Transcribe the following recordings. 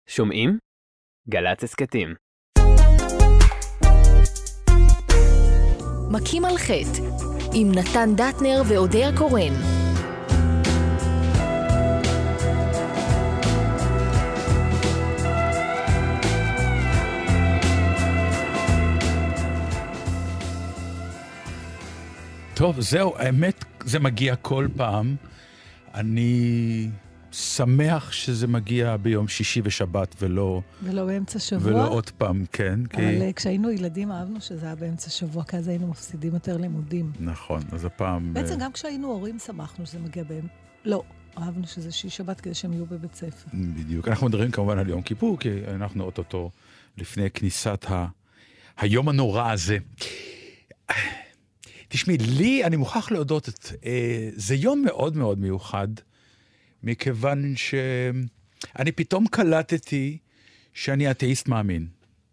שומעים? גל"צ הסכתים. מכים על חטא עם נתן דטנר ואודיה קורן. טוב, זהו, האמת, זה מגיע כל פעם. אני שמח שזה מגיע ביום שישי ושבת ולא באמצע שבוע. ולא עוד פעם, כן. אבל כשהיינו ילדים אהבנו שזה היה באמצע שבוע, כי אז היינו מפסידים יותר לימודים. נכון, אז הפעם... בעצם גם כשהיינו הורים שמחנו שזה מגיע לא, אהבנו שזה שישי שבת כדי שהם יהיו בבית ספר. בדיוק. אנחנו מדברים כמובן על יום כיפור, כי אנחנו אותו לפני כניסת היום הנורא הזה. תשמעי, לי, אני מוכרח להודות, זה יום מאוד מאוד מיוחד, מכיוון שאני פתאום קלטתי שאני אתאיסט מאמין.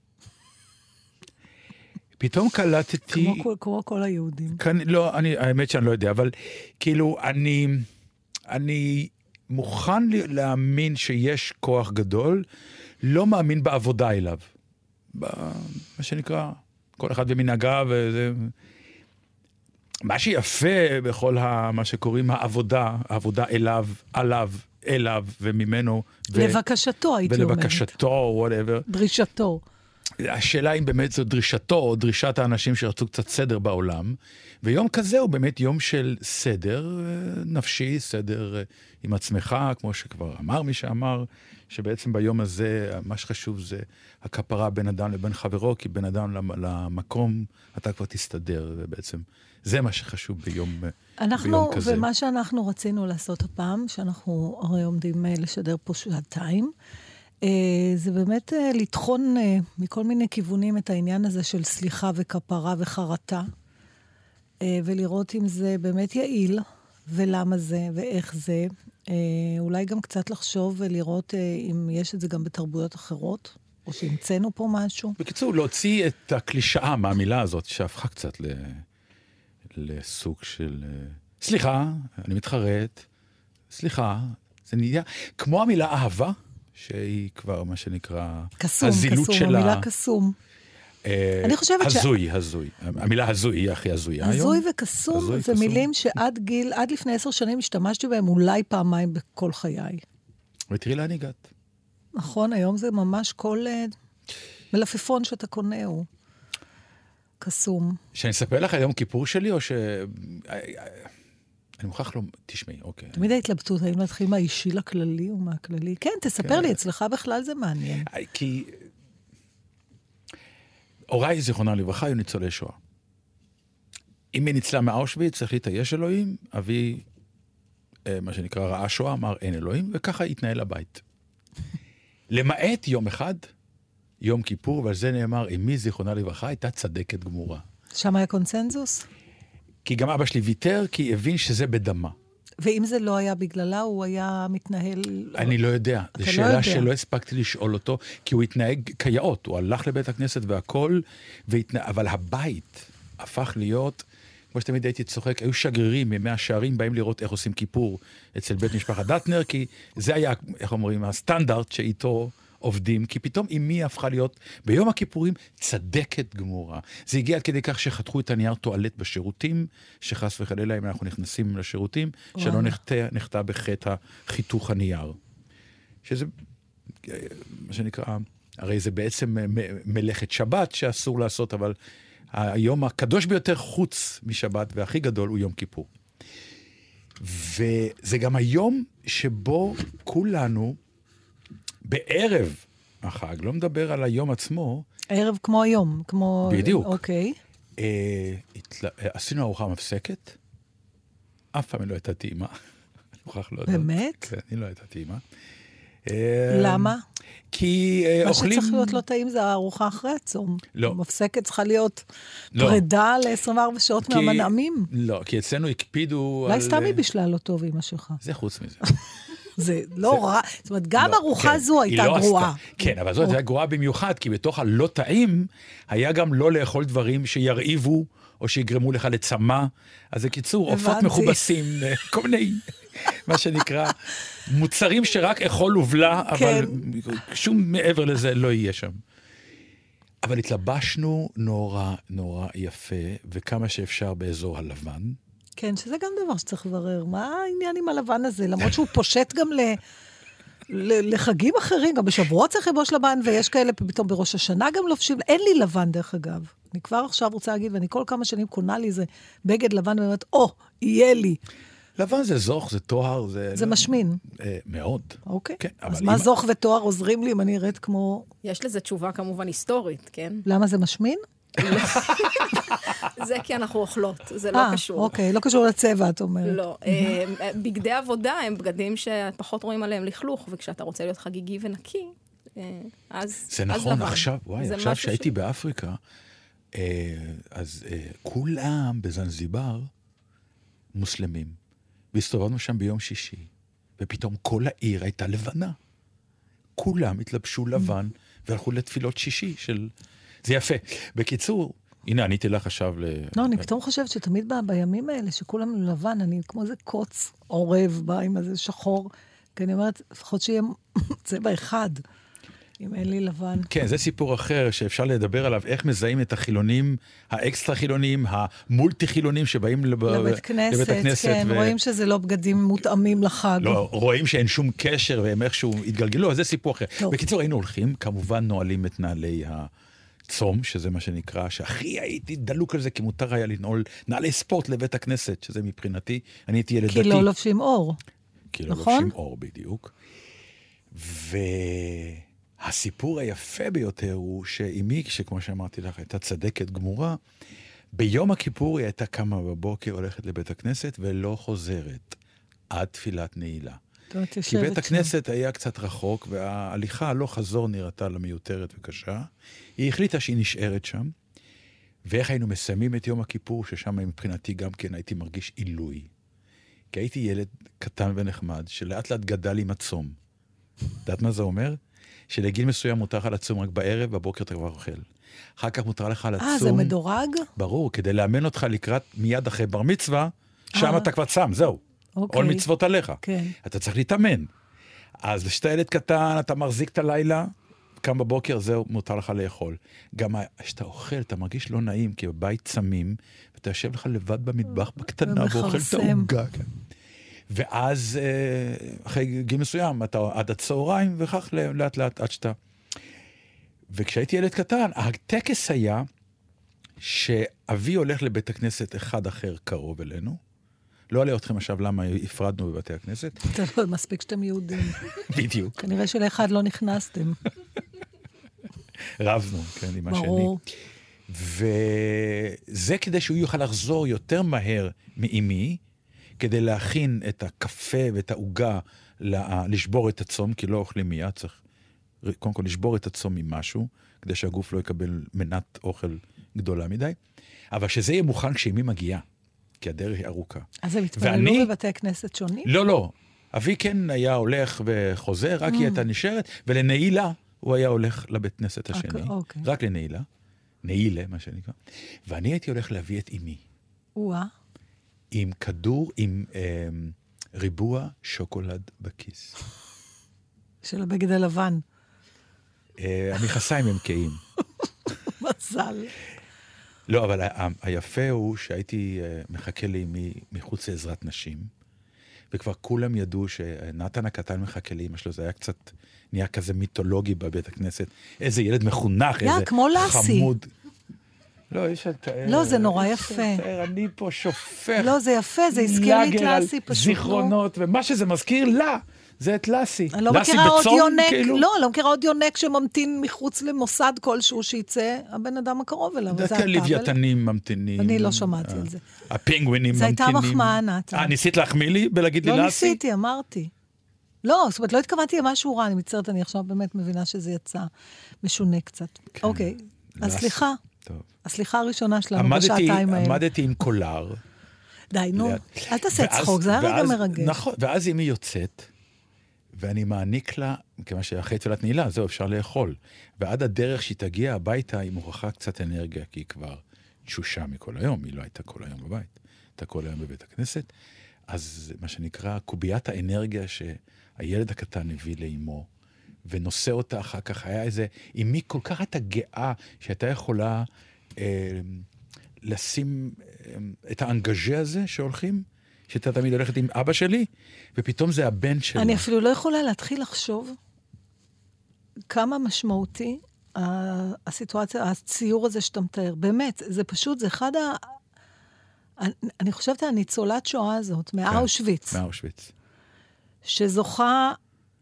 פתאום קלטתי... כמו כל היהודים. לא, האמת שאני לא יודע, אבל כאילו, אני מוכן להאמין שיש כוח גדול, לא מאמין בעבודה אליו. מה שנקרא, כל אחד במנהגה וזה... מה שיפה בכל מה שקוראים העבודה אליו וממנו. לבקשתו, הייתי אומרת. ולבקשתו, whatever. דרישתו. השאלה אם באמת זו דרישתו או דרישת האנשים שרצו קצת סדר בעולם. ויום כזה הוא באמת יום של סדר נפשי, סדר עם עצמך, כמו שכבר אמר מי שאמר, שבעצם ביום הזה מה שחשוב זה הכפרה בין אדם לבין חברו, כי בין אדם למקום אתה כבר תסתדר, ובעצם זה מה שחשוב ביום כזה. ומה שאנחנו רצינו לעשות הפעם, שאנחנו הרי עומדים לשדר פה שעתיים, זה באמת לטחון מכל מיני כיוונים את העניין הזה של סליחה וכפרה וחרטה, ולראות אם זה באמת יעיל, ולמה זה ואיך זה. אולי גם קצת לחשוב ולראות אם יש את זה גם בתרבויות אחרות, או שהמצאנו פה משהו. בקיצור, להוציא את הקלישאה מהמילה הזאת, שהפכה קצת לסוג של... סליחה, אני מתחרט. סליחה, זה נהיה... כמו המילה אהבה, שהיא כבר מה שנקרא... הזילות שלה. קסום, המילה קסום. אני חושבת הזוי. המילה הזוי היא הכי הזויה היום. הזוי וקסום זה מילים עד לפני 10 שנים השתמשתי בהם אולי פעמיים בכל חיי. ותראי לאן הגעת. נכון, היום זה ממש כל מלפפון שאתה קונה הוא קסום. שאני אספר לך על יום כיפור שלי, או ש... אני מוכרח לא... תשמעי, אוקיי. תמיד ההתלבטות, האם להתחיל מהאישי לכללי או מהכללי? כן, תספר לי, אצלך בכלל זה מעניין. כי... הוריי, זיכרונם לברכה, היו ניצולי שואה. אם היא ניצלה מאושוויץ, צריך להתייש אלוהים, אבי, מה שנקרא רעה שואה, אמר אין אלוהים, וככה התנהל הבית. למעט יום אחד, יום כיפור, ועל זה נאמר, אמי זיכרונה לברכה, הייתה צדקת גמורה. שם היה קונצנזוס? כי גם אבא שלי ויתר, כי הבין שזה בדמה. ואם זה לא היה בגללה, הוא היה מתנהל... אני לא יודע. זו שאלה שלא הספקתי לשאול אותו, כי הוא התנהג כיאות, הוא הלך לבית הכנסת והכל, אבל הבית הפך להיות, כמו שתמיד הייתי צוחק, היו שגרירים ממי השערים, באים לראות איך עושים כיפור אצל בית משפחת דטנר, כי זה היה, איך אומרים, הסטנדרט שאיתו עובדים, כי פתאום אמי הפכה להיות ביום הכיפורים צדקת גמורה. זה הגיע עד כדי כך שחתכו את הנייר טואלט בשירותים, שחס וחלילה אם אנחנו נכנסים לשירותים, שלא נחתה בחטא חיתוך הנייר. שזה, מה שנקרא, הרי זה בעצם מלאכת שבת שאסור לעשות, אבל היום הקדוש ביותר חוץ משבת והכי גדול הוא יום כיפור. וזה גם היום שבו כולנו בערב החג, לא מדבר על היום עצמו. ערב כמו היום, כמו... בדיוק. אוקיי. עשינו ארוחה מפסקת, אף פעם לא הייתה טעימה. באמת? כן, אני לא הייתה טעימה. למה? כי אוכלים... מה שצריך להיות לא טעים זה הארוחה אחרי הצום. לא. מפסקת צריכה להיות פרידה ל-24 שעות מהמנעמים. לא, כי אצלנו הקפידו... אולי סתם היא בשלה לא טוב אמא שלך. זה חוץ מזה. זה לא רע, זאת אומרת, גם ארוחה זו הייתה גרועה. כן, אבל זאת הייתה גרועה במיוחד, כי בתוך הלא טעים, היה גם לא לאכול דברים שירעיבו, או שיגרמו לך לצמא. אז בקיצור, עופות מכובסים, כל מיני, מה שנקרא, מוצרים שרק אכול ובלה, אבל שום מעבר לזה לא יהיה שם. אבל התלבשנו נורא נורא יפה, וכמה שאפשר באזור הלבן. כן, שזה גם דבר שצריך לברר. מה העניין עם הלבן הזה? למרות שהוא פושט גם לחגים אחרים, גם בשבועות צריך לבוש לבן, ויש כאלה פתאום בראש השנה גם לובשים. אין לי לבן דרך אגב. אני כבר עכשיו רוצה להגיד, ואני כל כמה שנים קונה לי איזה בגד לבן, ואני אומרת, יהיה לי. לבן זה זוך, זה תואר, זה משמין. מאוד. אוקיי. אז מה זוך ותואר עוזרים לי אם אני אראה כמו... יש לזה תשובה כמובן היסטורית, כן? למה זה משמין? זה כי אנחנו אוכלות, זה לא קשור. אוקיי, לא קשור לצבע, את אומרת. לא. בגדי עבודה הם בגדים שפחות רואים עליהם לכלוך, וכשאתה רוצה להיות חגיגי ונקי, אז זה נכון, עכשיו שהייתי באפריקה, אז כולם בזנזיבר מוסלמים, והסתובבנו שם ביום שישי, ופתאום כל העיר הייתה לבנה. כולם התלבשו לבן, והלכו לתפילות שישי של... זה יפה. בקיצור, הנה, עניתי לך עכשיו לא, אני פתאום חושבת שתמיד בימים האלה, שכולם לבן, אני כמו איזה קוץ עורב בה עם איזה שחור, כי אני אומרת, לפחות שיהיה צבע אחד, אם אין לי לבן. כן, זה סיפור אחר שאפשר לדבר עליו, איך מזהים את החילונים, האקסטרה חילונים, המולטי חילונים שבאים לבית הכנסת. כן, רואים שזה לא בגדים מותאמים לחג. לא, רואים שאין שום קשר והם איכשהו התגלגלו, אז זה סיפור אחר. בקיצור, היינו הולכים, כמובן נועלים את נעלי צום, שזה מה שנקרא, שהכי הייתי דלוק על זה, כי מותר היה לנעול נעלי ספורט לבית הכנסת, שזה מבחינתי, אני הייתי ילד דתי. כי לא לובשים אור. כי לא לובשים אור, בדיוק. והסיפור היפה ביותר הוא שאימי, שכמו שאמרתי לך, הייתה צדקת גמורה, ביום הכיפור היא הייתה קמה בבוקר, הולכת לבית הכנסת, ולא חוזרת עד תפילת נעילה. כי בית הכנסת היה קצת רחוק, וההליכה הלוך חזור נראתה לה מיותרת וקשה. היא החליטה שהיא נשארת שם, ואיך היינו מסיימים את יום הכיפור, ששם מבחינתי גם כן הייתי מרגיש עילוי. כי הייתי ילד קטן ונחמד, שלאט לאט גדל עם הצום. יודעת מה זה אומר? שלגיל מסוים מותר לך לצום רק בערב, בבוקר אתה כבר אוכל. אחר כך מותר לך לצום... זה מדורג? ברור, כדי לאמן אותך לקראת מיד אחרי בר מצווה, שם אתה כבר צם, זהו. עול מצוות עליך. כן. אתה צריך להתאמן. אז כשאתה ילד קטן, אתה מחזיק את הלילה, קם בבוקר, זהו, מותר לך לאכול. גם כשאתה אוכל, אתה מרגיש לא נעים, כי בבית צמים, ואתה יושב לך לבד במטבח בקטנה, ואוכל את העוגה. ואז, אחרי גיל מסוים, אתה עד הצהריים, וכך לאט לאט עד שאתה... וכשהייתי ילד קטן, הטקס היה שאבי הולך לבית הכנסת אחד אחר קרוב אלינו, לא עליה אתכם עכשיו למה הפרדנו בבתי הכנסת. מספיק שאתם יהודים. בדיוק. כנראה שלאחד לא נכנסתם. רבנו, כן, עם השני. ברור. וזה כדי שהוא יוכל לחזור יותר מהר מאמי, כדי להכין את הקפה ואת העוגה, לשבור את הצום, כי לא אוכלים מיד, צריך קודם כל לשבור את הצום ממשהו, כדי שהגוף לא יקבל מנת אוכל גדולה מדי, אבל שזה יהיה מוכן כשאמי מגיעה. כי הדרך היא ארוכה. אז הם התפללו בבתי כנסת שונים? לא, לא. אבי כן היה הולך וחוזר, רק היא הייתה נשארת, ולנעילה הוא היה הולך לבית כנסת השני. רק לנעילה. נעילה, מה שנקרא. ואני הייתי הולך להביא את אמי. עם כדור, עם ריבוע שוקולד בכיס. של הבגד הלבן. המכסיים הם קיים. מזל. לא, אבל היפה הוא שהייתי מחכה לאמי מחוץ לעזרת נשים, וכבר כולם ידעו שנתן הקטן מחכה לאמא שלו, זה היה קצת, נהיה כזה מיתולוגי בבית הכנסת, איזה ילד מחונך, איזה כמו לסי. חמוד. לא, יש לתאר. לא, זה נורא יפה. אני פה שופך. לא, זה יפה, זה הזכיר לי את לסי פשוט. זיכרונות, ומה שזה מזכיר לה, זה את לסי. אני לא מכירה עוד יונק, לא מכירה עוד יונק שממתין מחוץ למוסד כלשהו שיצא הבן אדם הקרוב אליו. דווקא לוויתנים ממתינים. אני לא שמעתי על זה. הפינגווינים ממתינים. זה הייתה מחמאה, נתן. ניסית להחמיא לי בלהגיד לי לסי? לא ניסיתי, אמרתי. לא, זאת אומרת, לא התכוונתי למשהו רע, אני מצטערת, אני עכשיו באמת מבינה שזה יצא משונה קצת. אוקיי, אז סליחה. הסליחה הראשונה שלנו בשעתיים האלה. עמדתי עם קולר. די, נו, אל תעשה צחוק, זה היה רגע מרגש. נכון, ואז אמי יוצאת, ואני מעניק לה, כמה שאחרי תפילת נעילה, זהו, אפשר לאכול. ועד הדרך שהיא תגיע הביתה, היא מוכרחה קצת אנרגיה, כי היא כבר תשושה מכל היום, היא לא הייתה כל היום בבית, הייתה כל היום בבית הכנסת, אז מה שנקרא, קוביית האנרגיה שהילד הקטן הביא לאמו, ונושא אותה אחר כך, היה איזה, אמי כל כך הייתה גאה, שהייתה יכולה לשים את האנגז'ה הזה שהולכים, שהייתה תמיד הולכת עם אבא שלי, ופתאום זה הבן שלי. אני אפילו לא יכולה להתחיל לחשוב כמה משמעותי הסיטואציה, הציור הזה שאתה מתאר. באמת, זה פשוט, זה אחד אני חושבת הניצולת שואה הזאת, מאושוויץ. מאושוויץ. שזוכה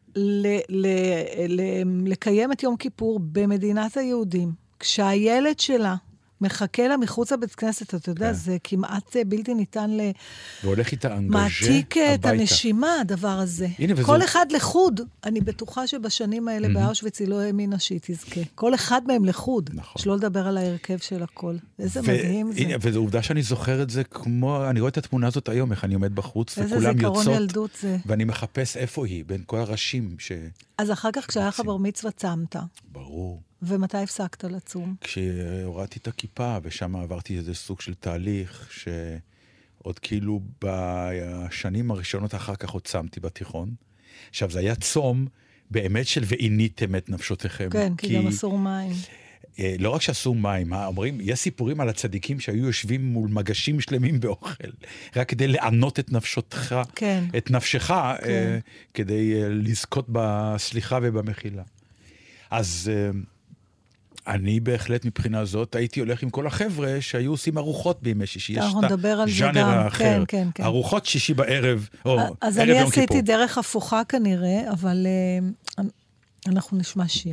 לקיים את יום כיפור במדינת היהודים, כשהילד שלה מחכה לה מחוץ לבית כנסת, אתה יודע, זה כמעט בלתי ניתן והולך איתה אנגז'ה מעתיק את הנשימה, הדבר הזה. כל אחד לחוד. אני בטוחה שבשנים האלה באושוויץ היא לא האמינה שהיא תזכה. כל אחד מהם לחוד. שלא לדבר על ההרכב של הכל. איזה מדהים זה. וזו עובדה שאני זוכר את זה כמו, אני רואה את התמונה הזאת היום, איך אני עומד בחוץ, וכולם יוצאות. איזה זיכרון ילדות זה. ואני מחפש איפה היא, בין כל הראשים אז אחר כך כשהיה לך בר מצווה צמת. ברור. ומתי הפסקת לצום? כשהורדתי את הכיפה, ושם עברתי איזה סוג של תהליך, שעוד כאילו בשנים הראשונות אחר כך עוד צמתי בתיכון. עכשיו, זה היה צום באמת של ועיניתם את נפשותיכם. כן, כי גם אסור מים. לא רק שאסור מים, אומרים, יש סיפורים על הצדיקים שהיו יושבים מול מגשים שלמים באוכל, רק כדי לענות את נפשותך, כן. את נפשך, כן. כדי לזכות בסליחה ובמחילה. אז אני בהחלט מבחינה זאת, הייתי הולך עם כל החבר'ה שהיו עושים ארוחות בימי שישי. אנחנו נדבר על זה גם. כן, כן, כן. ארוחות שישי בערב, או ערב יום כיפור. אז אני עשיתי דרך הפוכה כנראה, אבל אנחנו נשמע שיר.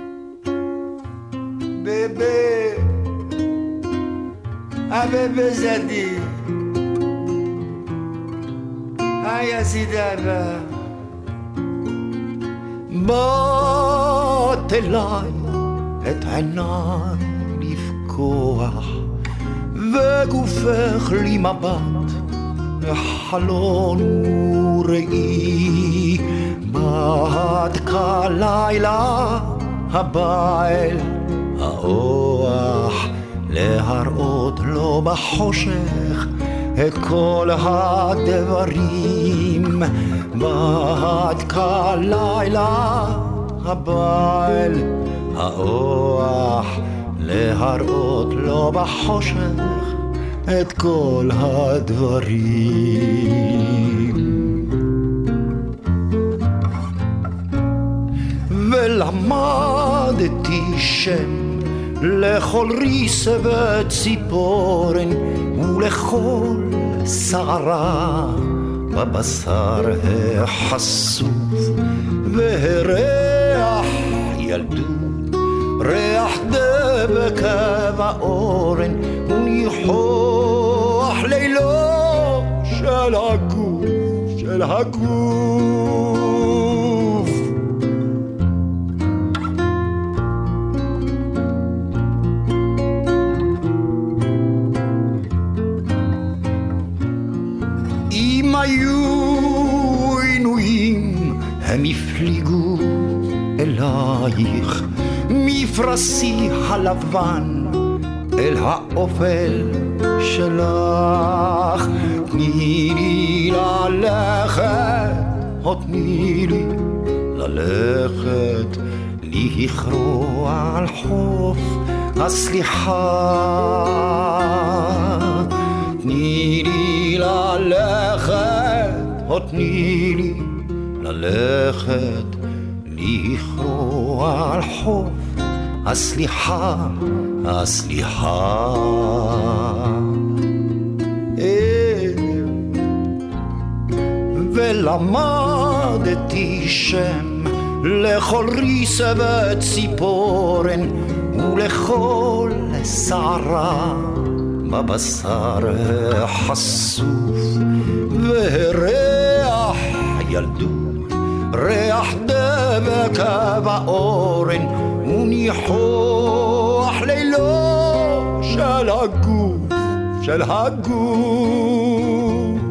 bébé, ah bébé Zadi, ah Yazidaba, באת אליי את עיניי לפקוח, וגופך לי מבט, וחלון וראי, באת כלילה הבא אל האוח, להראות לו בחושך את כל הדברים. באת כלילה הבא אל האוח, להראות לו בחושך את כל הדברים. ולמדתי שם לכל ריס וציפורן ולכל שערה בבשר החשוף, וריח ילדות, ריח דבק באורן, וניחוח לילו של הגוף, של הגוף. אם היו עינויים הם יפליגו אלייך מפרסי הלבן אל האופל שלך. תני לי ללכת, תני לי ללכת, לכרוע על חוף הסליחה. תני לי ללכת, תני לי ללכת, לכרוע על חוף הסליחה, הסליחה. ולמדתי שם לכל ריס וציפורן ולכל שערה בבשר החשוף, וריח ילדות, ריח דבק באורן, וניחוח לילו של הגוף, של הגוף.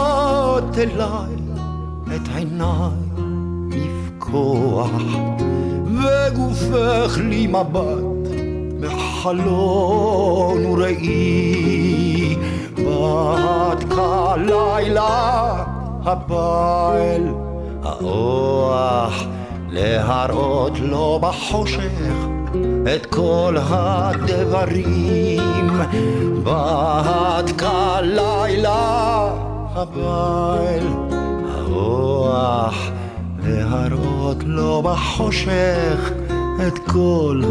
באת אליי את עיניי לפקוח, וגופך לי מבט בחלון וראי בת כלילה הבא אל האוח להראות לו בחושך את כל הדברים בת כלילה הבא אל האוח להראות לו בחושך את כל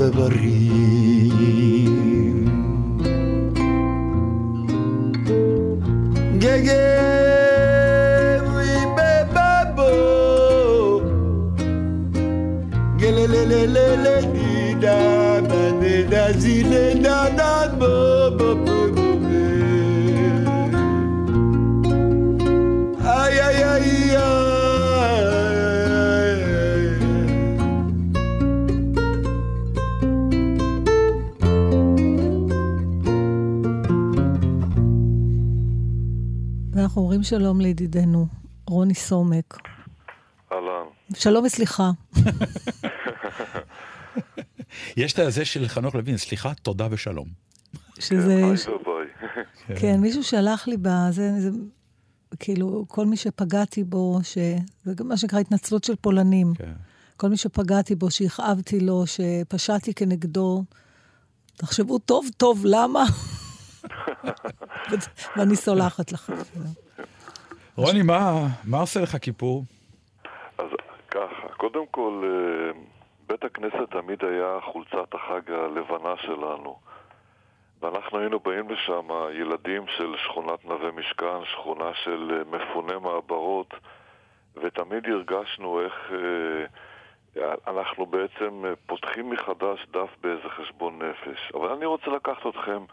הדברים גגבי בבבו גללללללה דידה בדידה זילה דדת בבבו איי איי איי אנחנו אומרים שלום לידידנו, רוני סומק. אהלן. שלום וסליחה. יש את הזה של חנוך לוין, סליחה, תודה ושלום. שזה... ביי. כן, מישהו שלח לי בזה, כאילו, כל מי שפגעתי בו, זה גם מה שנקרא התנצלות של פולנים. כל מי שפגעתי בו, שהכאבתי לו, שפשעתי כנגדו, תחשבו טוב טוב, למה? ואני סולחת לך. רוני, מה עושה לך כיפור? אז ככה, קודם כל, בית הכנסת תמיד היה חולצת החג הלבנה שלנו. ואנחנו היינו באים לשם, ילדים של שכונת נווה משכן, שכונה של מפוני מעברות, ותמיד הרגשנו איך אנחנו בעצם פותחים מחדש דף באיזה חשבון נפש. אבל אני רוצה לקחת אתכם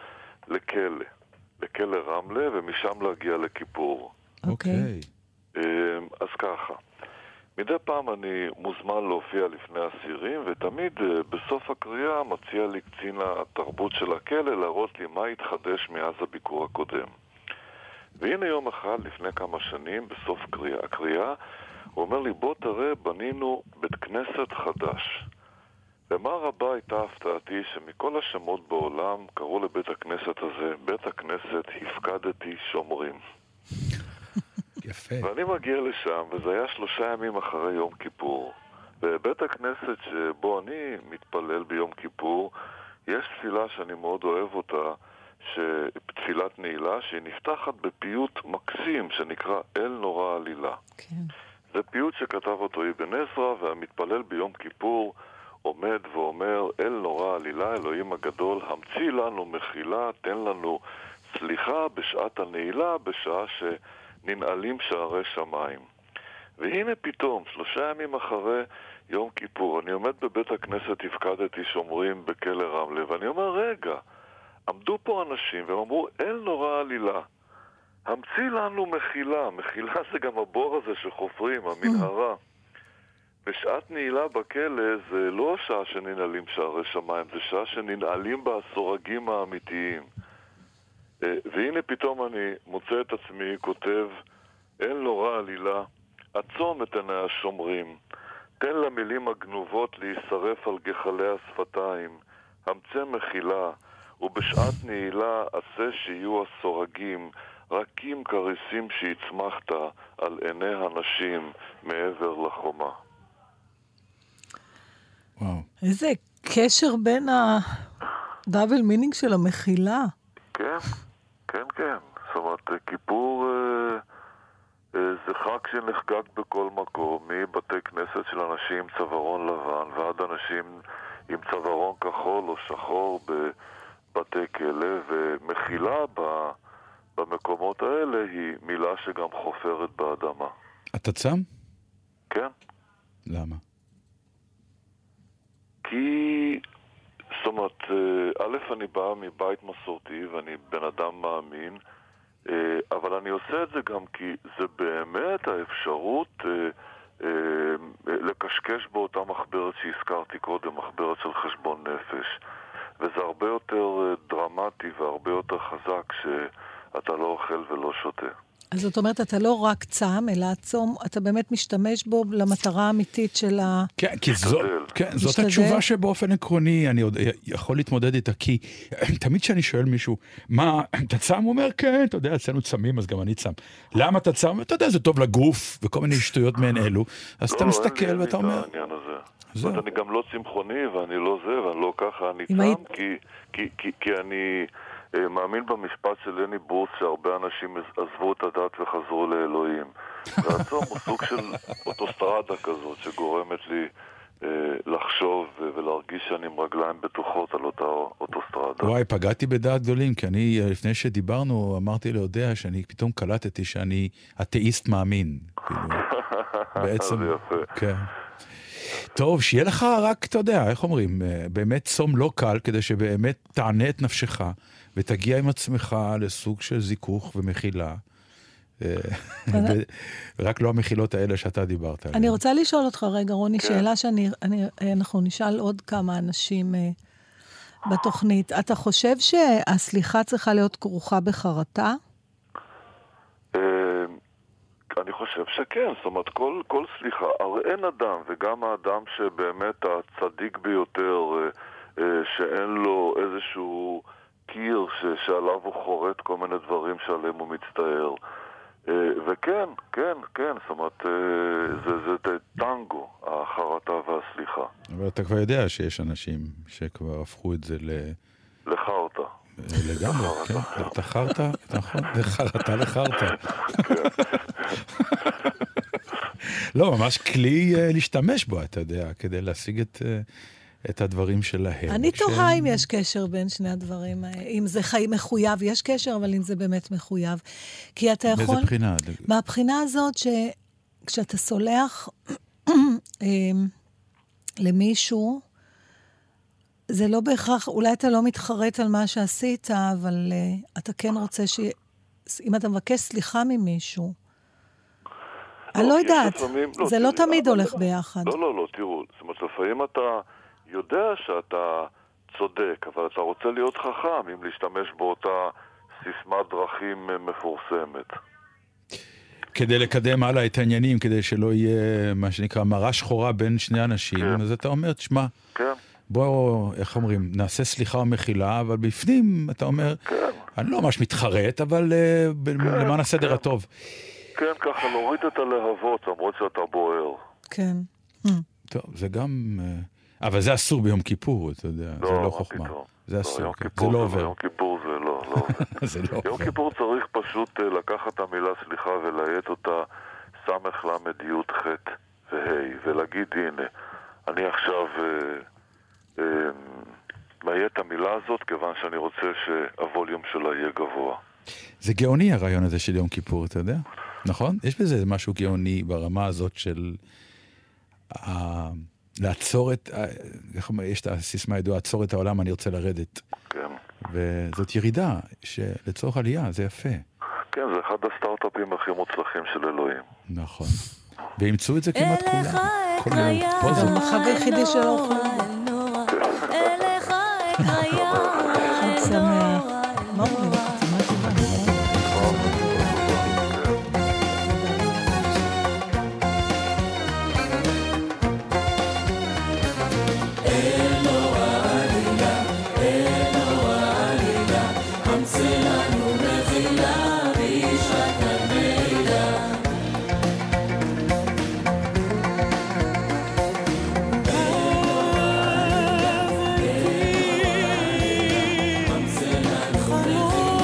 לכלא רמלה, ומשם להגיע לכיפור. אוקיי. אז ככה, מדי פעם אני מוזמן להופיע לפני אסירים, ותמיד בסוף הקריאה מציע לי קצין התרבות של הכלא להראות לי מה התחדש מאז הביקור הקודם. והנה יום אחד לפני כמה שנים, בסוף הקריאה, הוא אומר לי, בוא תראה, בנינו בית כנסת חדש. ומה רבה הייתה הפתעתי שמכל השמות בעולם קראו לבית הכנסת הזה, בית הכנסת הפקדתי שומרים. יפה. ואני מגיע לשם, וזה היה 3 ימים אחרי יום כיפור. ובית הכנסת שבו אני מתפלל ביום כיפור, יש תפילה שאני מאוד אוהב אותה, תפילת נעילה, שהיא נפתחת בפיוט מקסים שנקרא אל נורא עלילה. כן. זה פיוט שכתב אותו אבן עזרא, והמתפלל ביום כיפור עומד ואומר, אל נורא עלילה, אלוהים הגדול, המציא לנו מחילה, תן לנו סליחה בשעת הנעילה, בשעה שננעלים שערי שמיים. והנה פתאום, 3 ימים אחרי יום כיפור, אני עומד בבית הכנסת הפקדתי שומרים בכלא רמלה, ואני אומר, רגע, עמדו פה אנשים והם אמרו, אל נורא עלילה, המציא לנו מחילה, מחילה זה גם הבור הזה שחופרים, המנהרה. בשעת נעילה בכלא זה לא שעה שננעלים שערי שמיים, זה שעה שננעלים בה הסורגים האמיתיים. והנה פתאום אני מוצא את עצמי, כותב, אין נורא עלילה, עצום את עיני השומרים, תן למילים הגנובות להישרף על גחלי השפתיים, המצא מחילה, ובשעת נעילה עשה שיהיו הסורגים, רקים קריסים שהצמחת על עיני הנשים מעבר לחומה. וואו. איזה קשר בין הדאבל מינינג של המחילה. כן, כן, כן. זאת אומרת, כיפור זה חג שנחגג בכל מקום, מבתי כנסת של אנשים עם צווארון לבן ועד אנשים עם צווארון כחול או שחור בבתי כלא, ומחילה במקומות האלה היא מילה שגם חופרת באדמה. אתה צם? כן. למה? כי, זאת אומרת, א', אני בא מבית מסורתי ואני בן אדם מאמין, אבל אני עושה את זה גם כי זה באמת האפשרות לקשקש באותה מחברת שהזכרתי קודם, מחברת של חשבון נפש. וזה הרבה יותר דרמטי והרבה יותר חזק שאתה לא אוכל ולא שותה. אז זאת אומרת, אתה לא רק צם, אלא הצום, אתה באמת משתמש בו למטרה האמיתית של ה... כן, כי זאת התשובה שבאופן עקרוני אני עוד יכול להתמודד איתה, כי תמיד כשאני שואל מישהו, מה, אתה צם? הוא אומר, כן, אתה יודע, אצלנו צמים, אז גם אני צם. למה אתה צם? אתה יודע, זה טוב לגוף, וכל מיני שטויות מעין אלו. אז אתה מסתכל ואתה אומר... אני גם לא צמחוני, ואני לא זה, ואני לא ככה, אני צם, כי אני... מאמין במשפט של לני ברוס שהרבה אנשים עזבו את הדת וחזרו לאלוהים. והצום הוא סוג של אוטוסטרדה כזאת שגורמת לי לחשוב ולהרגיש שאני עם רגליים בטוחות על אותה אוטוסטרדה. וואי, פגעתי בדעת גדולים, כי אני לפני שדיברנו אמרתי להודע שאני פתאום קלטתי שאני אתאיסט מאמין. בעצם, זה יפה. כן. טוב, שיהיה לך רק, אתה יודע, איך אומרים, באמת צום לא קל, כדי שבאמת תענה את נפשך, ותגיע עם עצמך לסוג של זיכוך ומחילה. רק לא המחילות האלה שאתה דיברת עליהן. אני רוצה לשאול אותך רגע, רוני, שאלה שאנחנו נשאל עוד כמה אנשים בתוכנית. אתה חושב שהסליחה צריכה להיות כרוכה בחרטה? אני חושב שכן, זאת אומרת, כל סליחה, הרי אין אדם, וגם האדם שבאמת הצדיק ביותר, שאין לו איזשהו קיר שעליו הוא חורט כל מיני דברים שעליהם הוא מצטער. וכן, זאת אומרת, זה טנגו, החרטה והסליחה. אבל אתה כבר יודע שיש אנשים שכבר הפכו את זה לחרטה. לגמרי, כן, אתה חרטה, נכון, זה חרטה לחרטה. לא, ממש כלי להשתמש בו, אתה יודע, כדי להשיג את הדברים שלהם. אני תוהה אם יש קשר בין שני הדברים, אם זה חיים מחויב, יש קשר, אבל אם זה באמת מחויב. כי אתה יכול... באיזה בחינה? מהבחינה הזאת שכשאתה סולח למישהו, זה לא בהכרח, אולי אתה לא מתחרט על מה שעשית, אבל אתה כן רוצה אם אתה מבקש סליחה ממישהו, אני לא יודעת, זה לא תמיד הולך ביחד. לא, תראו, זאת אומרת, לפעמים אתה יודע שאתה צודק, אבל אתה רוצה להיות חכם אם להשתמש באותה סיסמת דרכים מפורסמת. כדי לקדם הלאה את העניינים, כדי שלא יהיה מה שנקרא מראה שחורה בין שני אנשים, אז אתה אומר, תשמע, בוא, איך אומרים, נעשה סליחה ומחילה, אבל בפנים אתה אומר, אני לא ממש מתחרט, אבל למען הסדר הטוב. כן, ככה להוריד את הלהבות, למרות שאתה בוער. כן. טוב, זה גם... אבל זה אסור ביום כיפור, אתה יודע, זה לא חוכמה. זה אסור, זה לא עובר. יום כיפור זה לא עובר. יום כיפור צריך פשוט לקחת את המילה סליחה ולהיית אותה סמך למדיות ח' וה' ולהגיד, הנה, אני עכשיו מהיית המילה הזאת, כיוון שאני רוצה שהווליום שלה יהיה גבוה. זה גאוני הרעיון הזה של יום כיפור, אתה יודע? נכון? יש בזה משהו גאוני ברמה הזאת של לעצור את, יש את הסיסמה הידועה, לעצור את העולם, אני רוצה לרדת. כן. וזאת ירידה שלצורך עלייה, זה יפה. כן, זה אחד הסטארט-אפים הכי מוצלחים של אלוהים. נכון. ואימצו את זה כמעט כולם. כל מיני פוזות. זה המחג היחידי של אוכל. חג שמח. מה אומרים? Hello,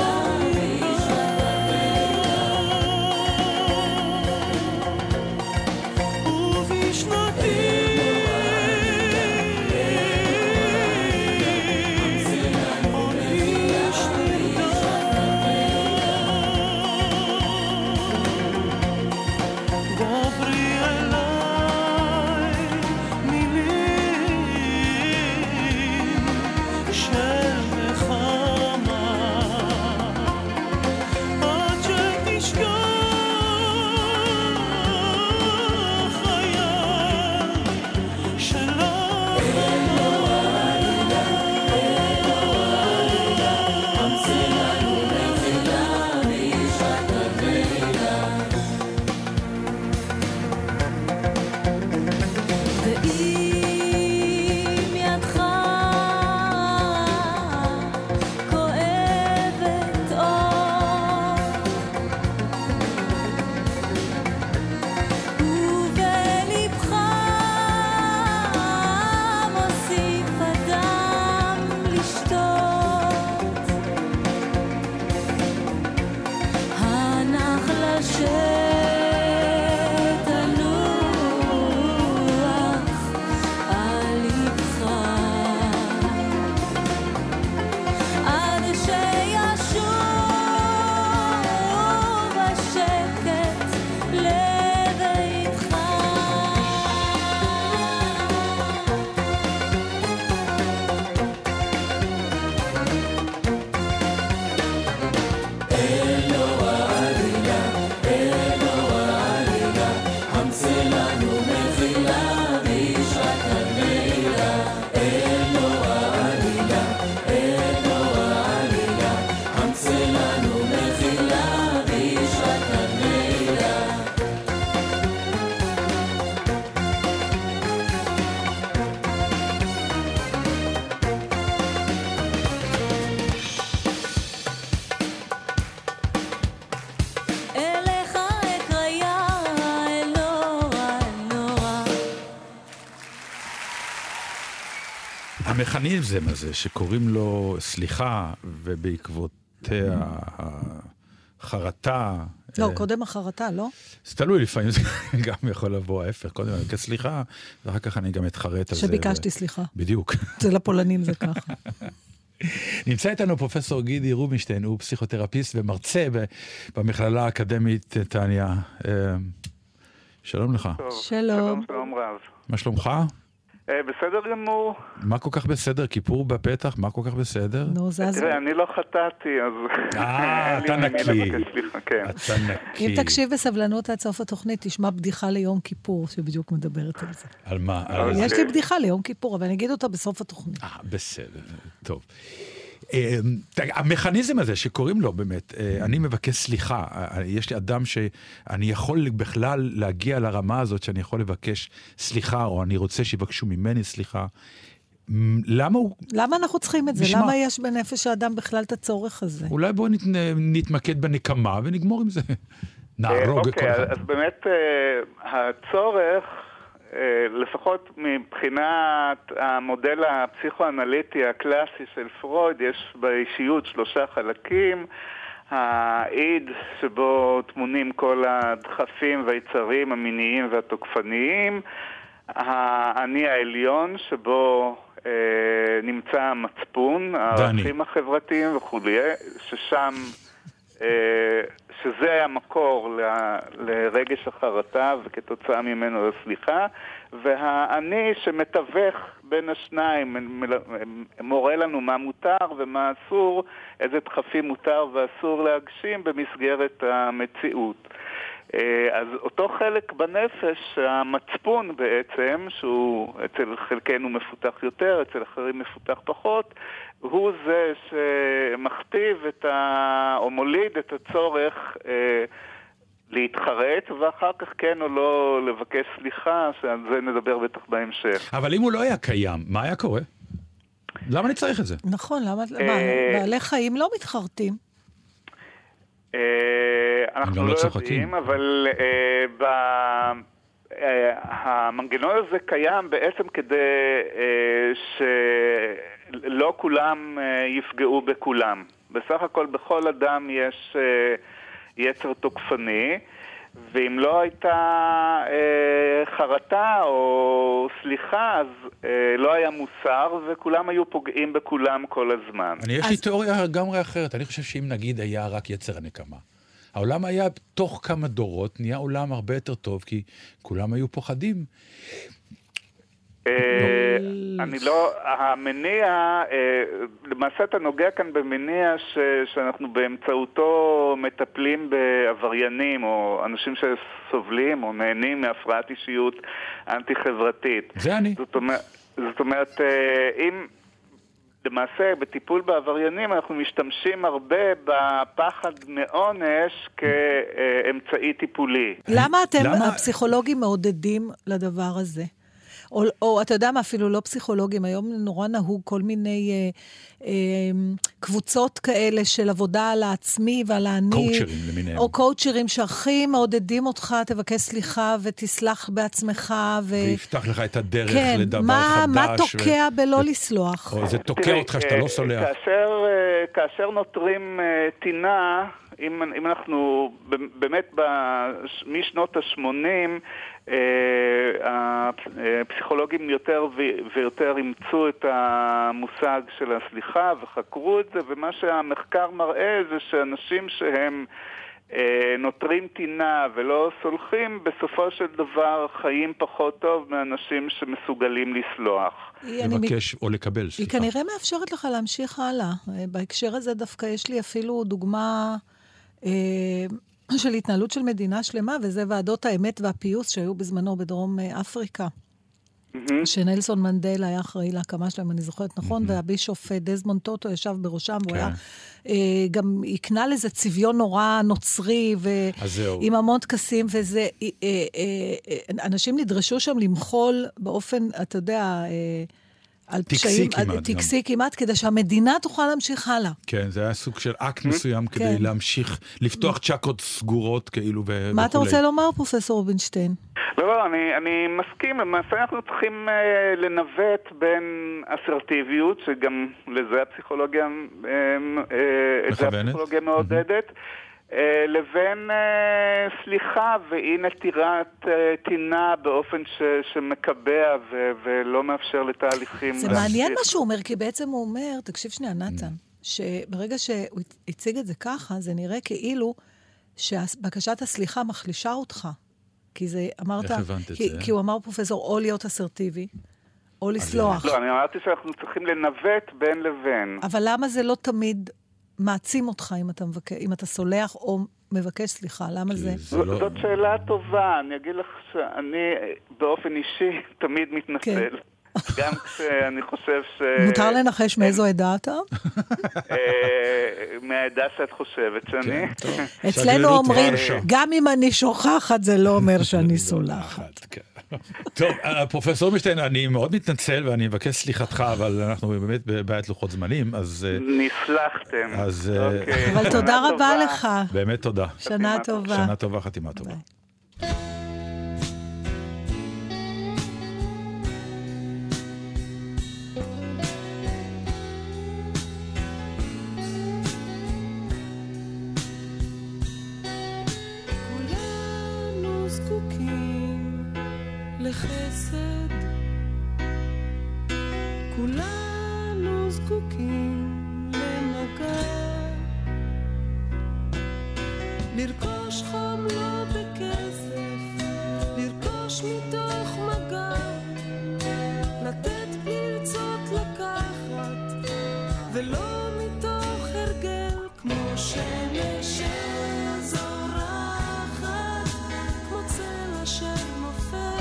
המכניזם הזה שקוראים לו סליחה, ובעקבותיה החרטה. לא, קודם החרטה, לא? זה תלוי, לפעמים זה גם יכול לבוא ההפך. קודם אני מבקש סליחה, ואחר כך אני גם אתחרט על זה. שביקשתי סליחה. בדיוק. זה לפולנים זה ככה. נמצא איתנו פרופסור גידי רובינשטיין, הוא פסיכותרפיסט ומרצה במכללה האקדמית נתניה. שלום לך. שלום. שלום רב. מה שלומך? בסדר גמור. מה כל כך בסדר? כיפור בפתח? מה כל כך בסדר? נו, זה הזמן. תראה, אני לא חטאתי, אז... אתה נקי. כן. אתה נקי. אם תקשיב בסבלנות עד סוף התוכנית, תשמע בדיחה ליום כיפור, שבדיוק מדברת על זה. על מה? יש לי בדיחה ליום כיפור, אבל אני אגיד אותה בסוף התוכנית. בסדר, טוב. המכניזם הזה שקוראים לו באמת, אני מבקש סליחה, יש לי אדם שאני יכול בכלל להגיע לרמה הזאת שאני יכול לבקש סליחה, או אני רוצה שיבקשו ממני סליחה. למה אנחנו צריכים את זה? למה יש בנפש האדם בכלל את הצורך הזה? אולי בואו נתמקד בנקמה ונגמור עם זה. נהרוג כל אחד. אז באמת הצורך, לפחות מבחינת המודל הפסיכואנליטי הקלאסי של פרויד, יש באישיות 3 חלקים. האיד שבו תמונים כל הדחפים והיצרים המיניים והתוקפניים, האני העליון שבו נמצא המצפון, הערכים החברתיים וכו', ששם שזה המקור לרגש החרטה וכתוצאה ממנו לסליחה, והאני שמתווך בין השניים, מורה לנו מה מותר ומה אסור, איזה דחפים מותר ואסור להגשים במסגרת המציאות. אז אותו חלק בנפש, המצפון בעצם, שהוא אצל חלקנו מפותח יותר, אצל אחרים מפותח פחות, הוא זה שמכתיב או מוליד את הצורך להתחרט, ואחר כך כן או לא לבקש סליחה, שעל זה נדבר בטח בהמשך. אבל אם הוא לא היה קיים, מה היה קורה? למה אני צריך את זה? נכון, למה? בעלי חיים לא מתחרטים. אנחנו לא יודעים, אבל המנגנון הזה קיים בעצם כדי שלא כולם יפגעו בכולם. בסך הכל בכל אדם יש יצר תוקפני, ואם לא הייתה חרטה או סליחה, אז לא היה מוסר, וכולם היו פוגעים בכולם כל הזמן. יש לי תיאוריה גם אחרת. אני חושב שאם נגיד היה רק יצר הנקמה, העולם היה תוך כמה דורות, נהיה עולם הרבה יותר טוב, כי כולם היו פוחדים. אני לא, המניע, למעשה אתה נוגע כאן במניע שאנחנו באמצעותו מטפלים בעבריינים או אנשים שסובלים או נהנים מהפרעת אישיות אנטי-חברתית. זה אני. זאת אומרת, אם למעשה בטיפול בעבריינים אנחנו משתמשים הרבה בפחד מעונש כאמצעי טיפולי. למה אתם הפסיכולוגים מעודדים לדבר הזה? או אתה יודע מה, אפילו לא פסיכולוגים, היום נורא נהוג כל מיני קבוצות כאלה של עבודה על העצמי ועל העני. קואוצ'רים למיניהם. או קואוצ'רים שהכי מעודדים אותך, תבקש סליחה ותסלח בעצמך. ויפתח לך את הדרך כן, לדבר חדש. מה תוקע בלא לסלוח? או זה תוקע אותך שאתה לא סולח. כאשר נותרים טינה, אם אנחנו באמת משנות ה-80, הפסיכולוגים יותר ויותר אימצו את המושג של הסליחה וחקרו את זה, ומה שהמחקר מראה זה שאנשים שהם נותרים טינה ולא סולחים, בסופו של דבר חיים פחות טוב מאנשים שמסוגלים לסלוח. לבקש או לקבל סליחה. היא כנראה מאפשרת לך להמשיך הלאה. בהקשר הזה דווקא יש לי אפילו דוגמה של התנהלות של מדינה שלמה, וזה ועדות האמת והפיוס שהיו בזמנו בדרום אפריקה. שנלסון מנדלה היה אחראי להקמה שלהם, אני זוכרת נכון, והבישוף דזמונד טוטו ישב בראשם, והוא היה גם יקנה לזה צביון נורא נוצרי, ועם המון טקסים, וזה, אנשים נדרשו שם למחול באופן, אתה יודע, על פשעים, טקסי כמעט, כדי שהמדינה תוכל להמשיך הלאה. כן, זה היה סוג של אקט מסוים כדי להמשיך, לפתוח צ'קות סגורות כאילו וכו'. מה אתה רוצה לומר, פרופסור רובינשטיין? לא, אני מסכים, למעשה אנחנו צריכים לנווט בין אסרטיביות, שגם לזה הפסיכולוגיה מעודדת, לבין סליחה ואי נטירת טינה באופן שמקבע ולא מאפשר לתהליכים. זה מעניין מה שהוא אומר, כי בעצם הוא אומר, תקשיב שנייה, נתן, שברגע שהוא הציג את זה ככה, זה נראה כאילו שבקשת הסליחה מחלישה אותך. כי זה, אמרת, כי הוא אמר פרופסור, או להיות אסרטיבי, או לסלוח. לא, אני אמרתי שאנחנו צריכים לנווט בין לבין. אבל למה זה לא תמיד מעצים אותך אם אתה סולח או מבקש סליחה? למה זה? זאת שאלה טובה. אני אגיד לך שאני באופן אישי תמיד מתנצל. גם כשאני חושב מותר לנחש מאיזו עדה אתה? מהעדה שאת חושבת שאני. אצלנו אומרים, גם אם אני שוכחת, זה לא אומר שאני סולחת. טוב, פרופסור משטיין, אני מאוד מתנצל ואני מבקש סליחתך, אבל אנחנו באמת בבעיית לוחות זמנים, אז... נסלחתם. אבל תודה רבה לך. באמת תודה. שנה טובה. שנה טובה, חתימה טובה. לחסד, כולנו זקוקים למגע, לרכוש חום לא בכסף, לרכוש מתוך מגע, לתת פרצות לקחת, ולא מתוך הרגל, כמו שמש שזורחת, כמו צל אשר נופל.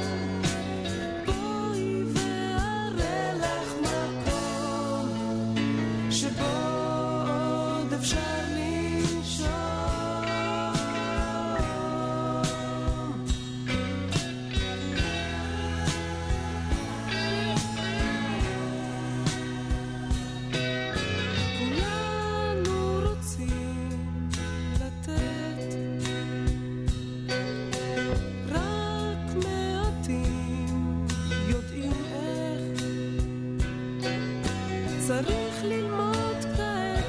צריך ללמוד כעת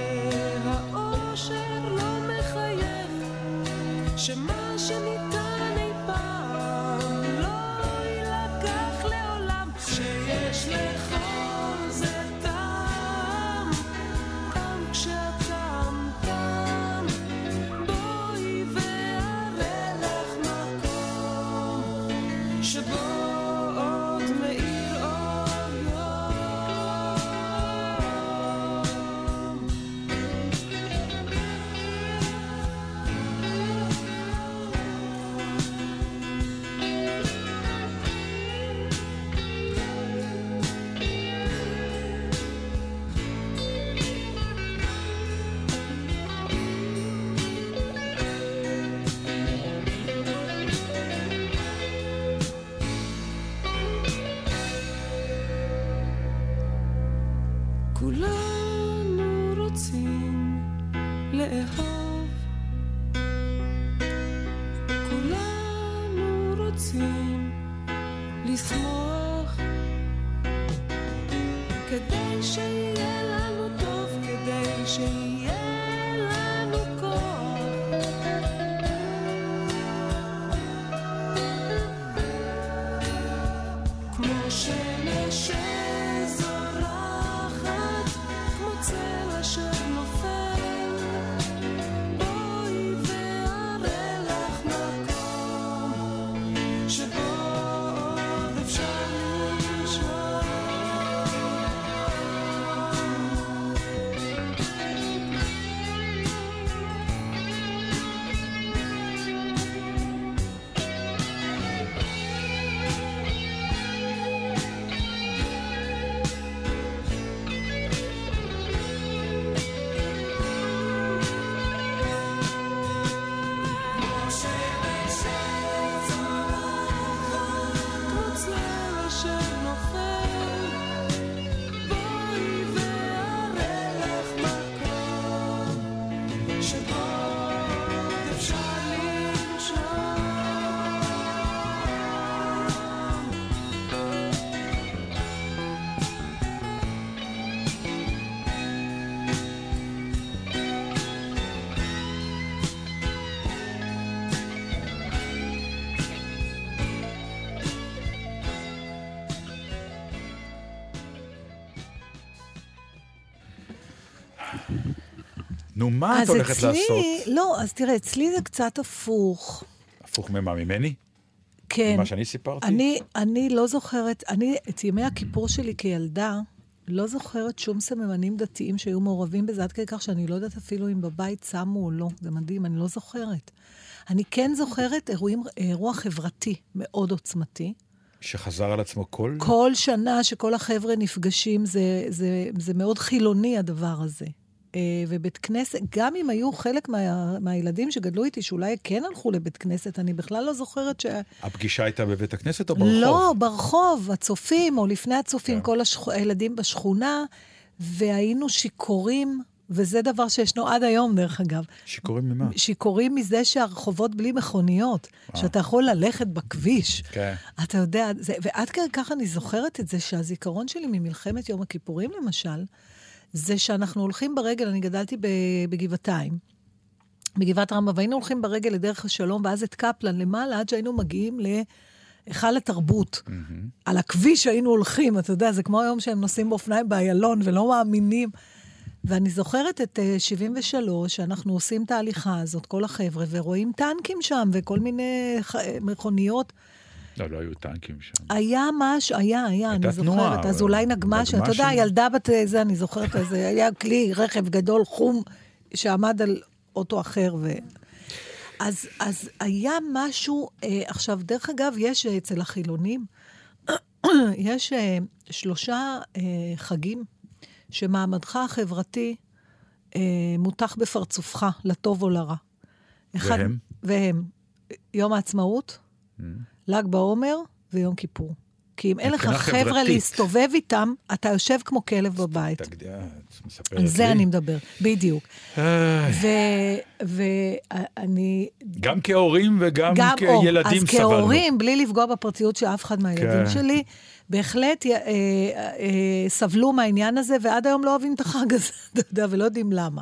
שהאושר לא מחייך, שמה שניתן אי פעם לא ילקח לעולם, שיש לכל זה טעם, גם כשהטעם טעם, בואי ואראה לך מקום שבו עוד מאיר אור יום. כולנו רוצים לאהוב, כולנו רוצים לשמוח, כדי שיהיה לנו טוב, כדי שיהיה לנו כוח, כמו שמש צל אשר נופל, בואי ואראה לך מקום שבו עוד אפשר לשמור. נו, מה את הולכת לעשות? לא, אז תראה, אצלי זה קצת הפוך. הפוך ממה, ממני? כן. ממה שאני סיפרתי? אני לא זוכרת, את ימי הכיפור שלי כילדה, לא זוכרת שום סממנים דתיים שהיו מעורבים בזה, עד כדי כך שאני לא יודעת אפילו אם בבית שמו או לא. זה מדהים, אני לא זוכרת. אני כן זוכרת אירוע חברתי מאוד עוצמתי. שחזר על עצמו כל שנה שכל החבר'ה נפגשים, זה מאוד חילוני הדבר הזה. ובית כנסת, גם אם היו חלק מהילדים שגדלו איתי, שאולי כן הלכו לבית כנסת, אני בכלל לא זוכרת הפגישה הייתה בבית הכנסת או ברחוב? לא, ברחוב, הצופים, או לפני הצופים, כל הילדים בשכונה, והיינו שיכורים, וזה דבר שישנו עד היום, דרך אגב. שיכורים ממה? שיכורים מזה שהרחובות בלי מכוניות, שאתה יכול ללכת בכביש. כן. אתה יודע, ועד ככה אני זוכרת את זה, שהזיכרון שלי ממלחמת יום הכיפורים, למשל, זה שאנחנו הולכים ברגל, אני גדלתי בגבעתיים, בגבעת רמב"ם, והיינו הולכים ברגל לדרך השלום, ואז את קפלן למעלה, עד שהיינו מגיעים להיכל התרבות. על הכביש היינו הולכים, אתה יודע, זה כמו היום שהם נוסעים באופניים באיילון, ולא מאמינים. ואני זוכרת את 73, שאנחנו עושים את ההליכה הזאת, כל החבר'ה, ורואים טנקים שם, וכל מיני מכוניות. לא היו טנקים שם. היה משהו, אני זוכרת. אז אולי נגמש, אתה יודע, ילדה בת זה, אני זוכרת, זה היה כלי רכב גדול, חום, שעמד על אוטו אחר. אז היה משהו, עכשיו, דרך אגב, יש אצל החילונים, יש 3 חגים, שמעמדך החברתי מותח בפרצופך, לטוב או לרע. והם יום העצמאות, ל"ג בעומר ויום כיפור. כי אם אין לך חבר'ה להסתובב איתם, אתה יושב כמו כלב בבית. על זה אני מדבר, בדיוק. ואני... גם כהורים וגם כילדים סבלנו. אז כהורים, בלי לפגוע בפרטיות שאף אחד מהילדים שלי, בהחלט סבלו מהעניין הזה, ועד היום לא אוהבים את החג הזה, אתה יודע, ולא יודעים למה.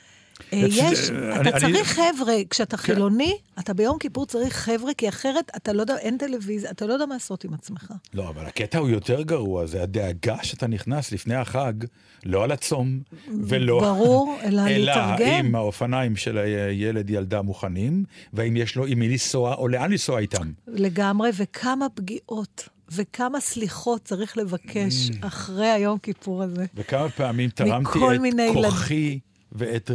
אתה צריך חבר'ה, כשאתה חילוני, אתה ביום כיפור צריך חבר'ה, כי אחרת אתה לא יודע, אין טלוויזיה, אתה לא יודע מה לעשות עם עצמך. לא, אבל הקטע הוא יותר גרוע, זה הדאגה שאתה נכנס לפני החג, לא על הצום, ולא... ברור, אלא להתארגן. אלא אם האופניים של הילד ילדה מוכנים, והאם יש לו עם מי לנסוע, או לאן לנסוע איתם. לגמרי, וכמה פגיעות, וכמה סליחות צריך לבקש אחרי היום כיפור הזה. וכמה פעמים תרמתי את כוחי, ואת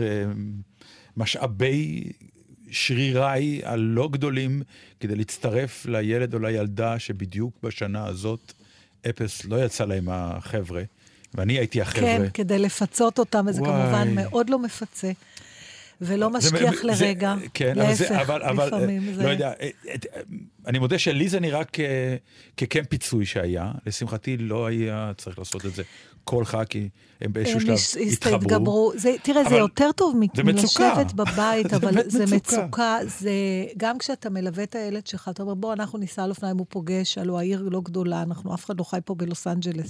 משאבי שריריי הלא גדולים, כדי להצטרף לילד או לילדה שבדיוק בשנה הזאת אפס לא יצא להם החבר'ה, ואני הייתי החבר'ה. כן, כדי לפצות אותם, וזה כמובן מאוד לא מפצה, ולא משכיח לרגע. כן, להפך, לפעמים. לא יודע, אני מודה שלי זה נראה כקמפ פיצוי שהיה, לשמחתי לא היה צריך לעשות את זה. כל ח"כי, הם באיזשהו שלב התחברו. תראה, זה יותר טוב מלשבת בבית, אבל זה מצוקה. גם כשאתה מלווה את הילד שלך, אתה אומר, בוא, אנחנו ניסע על אופניים, הוא פוגש, הלוא העיר לא גדולה, אף אחד לא חי פה בלוס אנג'לס.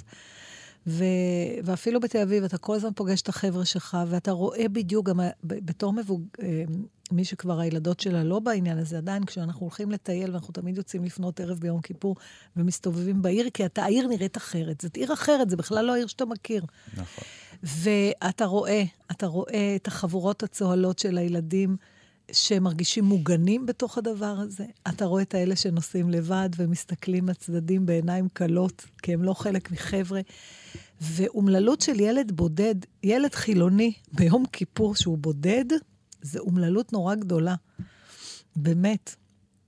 ואפילו בתל אביב, אתה כל הזמן פוגש את החבר'ה שלך, ואתה רואה בדיוק, גם בתור מי שכבר הילדות שלה לא בעניין הזה, עדיין כשאנחנו הולכים לטייל, ואנחנו תמיד יוצאים לפנות ערב ביום כיפור, ומסתובבים בעיר, כי העיר נראית אחרת. זאת עיר אחרת, זה בכלל לא העיר שאתה מכיר. נכון. ואתה רואה את החבורות הצוהלות של הילדים, שמרגישים מוגנים בתוך הדבר הזה. אתה רואה את האלה שנוסעים לבד, ומסתכלים הצדדים בעיניים קלות, כי הם לא חלק מחבר'ה. ואומללות של ילד בודד, ילד חילוני, ביום כיפור שהוא בודד, זה אומללות נורא גדולה. באמת.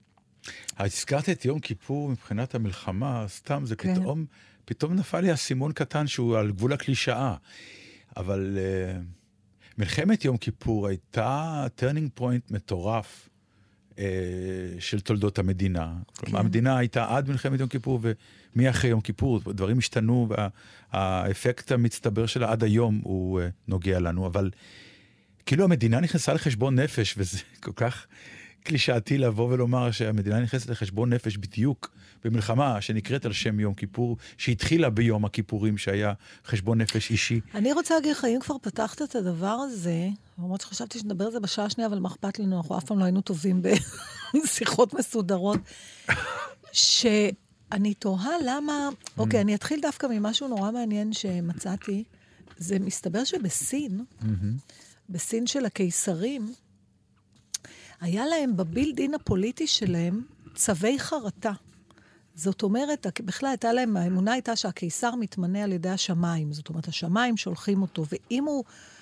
הזכרת את יום כיפור מבחינת המלחמה, סתם זה פתאום נפל לי הסימון קטן שהוא על גבול הקלישאה. אבל מלחמת יום כיפור הייתה turning point מטורף של תולדות המדינה. כלומר, המדינה הייתה עד מלחמת יום כיפור, ומי אחרי יום כיפור, דברים השתנו, והאפקט המצטבר שלה עד היום הוא נוגע לנו, אבל כאילו המדינה נכנסה לחשבון נפש, וזה כל כך קלישאתי לבוא ולומר שהמדינה נכנסת לחשבון נפש בדיוק במלחמה שנקראת על שם יום כיפור, שהתחילה ביום הכיפורים שהיה חשבון נפש אישי. אני רוצה להגיד לך, אם כבר פתחת את הדבר הזה, למרות שחשבתי שנדבר על זה בשעה השנייה, אבל מה אכפת לנו, אנחנו אף פעם לא היינו טובים בשיחות מסודרות, שאני תוהה למה, אוקיי, אני אתחיל דווקא ממשהו נורא מעניין שמצאתי, זה מסתבר שבסין, בסין של הקיסרים, היה להם בבילדין הפוליטי שלהם צווי חרטה. זאת אומרת, בכלל הייתה להם, האמונה הייתה שהקיסר מתמנה על ידי השמיים. זאת אומרת, השמיים שולחים אותו, ואם הוא